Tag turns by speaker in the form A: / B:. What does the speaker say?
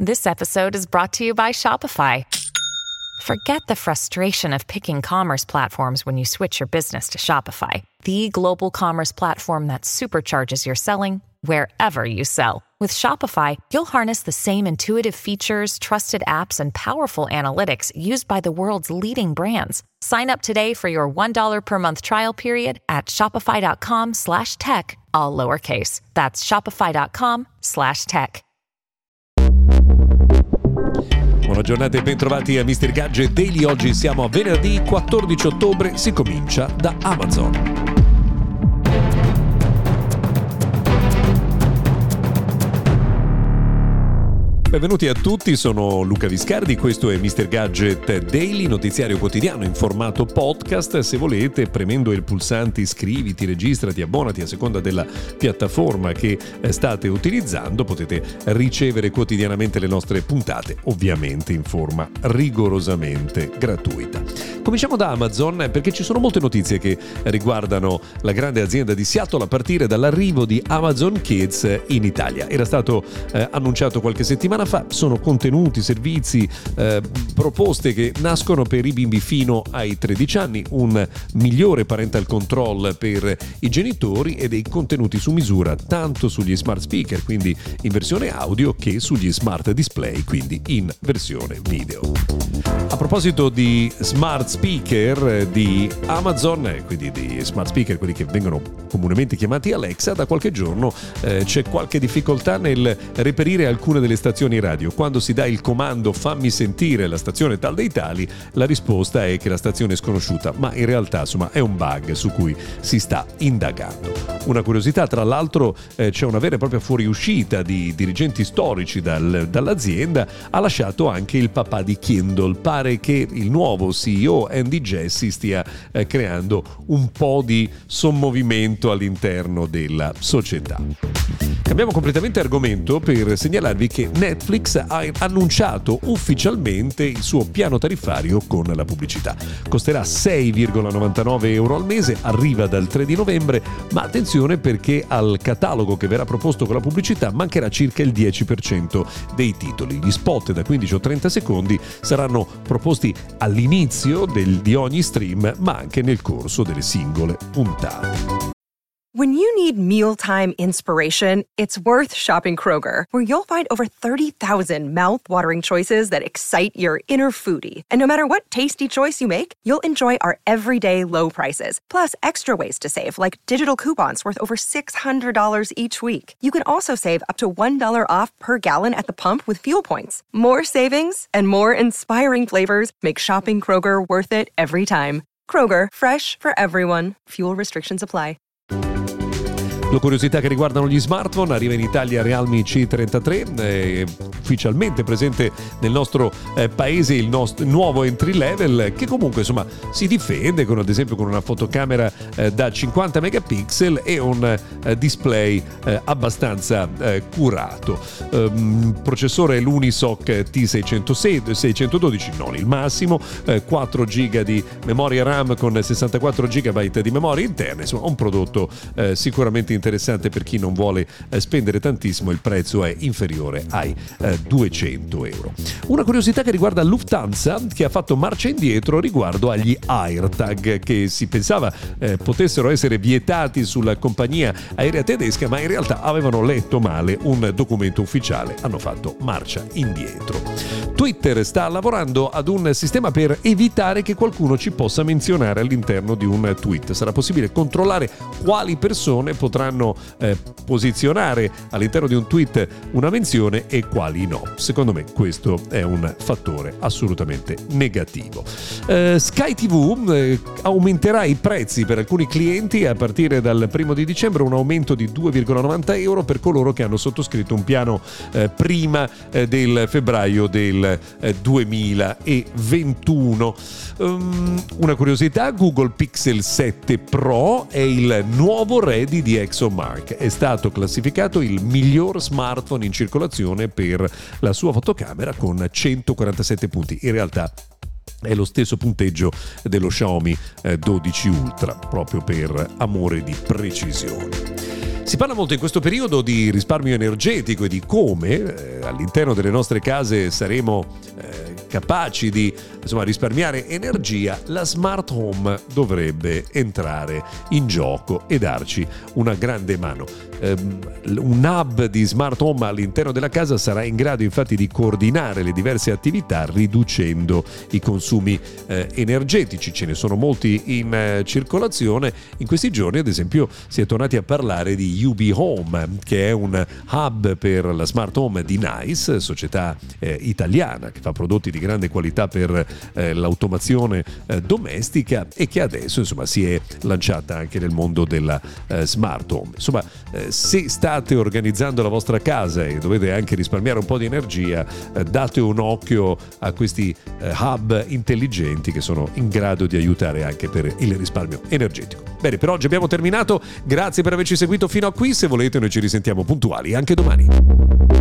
A: This episode is brought to you by Shopify. Forget the frustration of picking commerce platforms when you switch your business to Shopify, the global commerce platform that supercharges your selling wherever you sell. With Shopify, you'll harness the same intuitive features, trusted apps, and powerful analytics used by the world's leading brands. Sign up today for your $1 per month trial period at shopify.com/tech, all lowercase. That's shopify.com/tech.
B: Buona giornata e bentrovati a Mr. Gadget Daily. Oggi siamo a venerdì 14 ottobre, si comincia da Amazon. Benvenuti a tutti, sono Luca Viscardi, questo è Mr. Gadget Daily, notiziario quotidiano in formato podcast. Se volete, premendo il pulsante iscriviti, registrati, abbonati a seconda della piattaforma che state utilizzando, potete ricevere quotidianamente le nostre puntate, ovviamente in forma rigorosamente gratuita. Cominciamo da Amazon perché ci sono molte notizie che riguardano la grande azienda di Seattle a partire dall'arrivo di Amazon Kids in Italia. Era stato annunciato qualche settimana fa, sono contenuti, servizi, proposte che nascono per i bimbi fino ai 13 anni, un migliore parental control per i genitori e dei contenuti su misura tanto sugli smart speaker, quindi in versione audio, che sugli smart display, quindi in versione video. A proposito di smart speaker di Amazon, quindi di smart speaker, quelli che vengono comunemente chiamati Alexa, da qualche giorno c'è qualche difficoltà nel reperire alcune delle stazioni radio. Quando si dà il comando fammi sentire la stazione tal dei tali, la risposta è che la stazione è sconosciuta, ma in realtà è un bug su cui si sta indagando. Una curiosità, tra l'altro, c'è una vera e propria fuoriuscita di dirigenti storici dall'azienda, ha lasciato anche il papà di Kindle. Pare che il nuovo CEO Andy Jassy stia creando un po' di sommovimento all'interno della società. Cambiamo completamente argomento per segnalarvi che Netflix ha annunciato ufficialmente il suo piano tariffario con la pubblicità. Costerà 6,99 euro al mese, arriva dal 3 di novembre, ma attenzione perché al catalogo che verrà proposto con la pubblicità mancherà circa il 10% dei titoli. Gli spot da 15 o 30 secondi saranno proposti all'inizio di ogni stream, ma anche nel corso delle singole puntate.
C: When you need mealtime inspiration, it's worth shopping Kroger, where you'll find over 30,000 mouth-watering choices that excite your inner foodie. And no matter what tasty choice you make, you'll enjoy our everyday low prices, plus extra ways to save, like digital coupons worth over $600 each week. You can also save up to $1 off per gallon at the pump with fuel points. More savings and more inspiring flavors make shopping Kroger worth it every time. Kroger, fresh for everyone. Fuel restrictions apply.
B: Le curiosità che riguardano gli smartphone: arriva in Italia Realme C33, ufficialmente presente nel nostro paese il nuovo entry level, che comunque si difende ad esempio con una fotocamera da 50 megapixel e un display abbastanza curato. Processore è l'Unisoc T612, non il massimo, 4 GB di memoria RAM con 64 GB di memoria interna, un prodotto sicuramente interessante per chi non vuole spendere tantissimo. Il prezzo è inferiore ai 200 euro. Una curiosità che riguarda Lufthansa, che ha fatto marcia indietro riguardo agli AirTag, che si pensava potessero essere vietati sulla compagnia aerea tedesca, ma in realtà avevano letto male un documento ufficiale, hanno fatto marcia indietro. Twitter sta lavorando ad un sistema per evitare che qualcuno ci possa menzionare all'interno di un tweet. Sarà possibile controllare quali persone potranno posizionare all'interno di un tweet una menzione e quali no. Secondo me questo è un fattore assolutamente negativo. Sky TV aumenterà i prezzi per alcuni clienti a partire dal 1 di dicembre, un aumento di 2,90 euro per coloro che hanno sottoscritto un piano prima del febbraio del 2021. Una curiosità: Google Pixel 7 Pro è il nuovo re di ExoMark. È stato classificato il miglior smartphone in circolazione per la sua fotocamera con 147 punti. In realtà è lo stesso punteggio dello Xiaomi 12 Ultra, proprio per amore di precisione. Si parla molto in questo periodo di risparmio energetico e di come all'interno delle nostre case saremo capaci di risparmiare energia. La smart home dovrebbe entrare in gioco e darci una grande mano. Un hub di smart home all'interno della casa sarà in grado infatti di coordinare le diverse attività riducendo i consumi energetici. Ce ne sono molti in circolazione. In questi giorni ad esempio si è tornati a parlare di UB Home, che è un hub per la smart home di Nice, società italiana che fa prodotti di grande qualità per l'automazione domestica e che adesso si è lanciata anche nel mondo della smart home. Se state organizzando la vostra casa e dovete anche risparmiare un po' di energia, date un occhio a questi hub intelligenti che sono in grado di aiutare anche per il risparmio energetico. Bene, per oggi abbiamo terminato. Grazie per averci seguito fino a qui. Se volete noi ci risentiamo puntuali anche domani.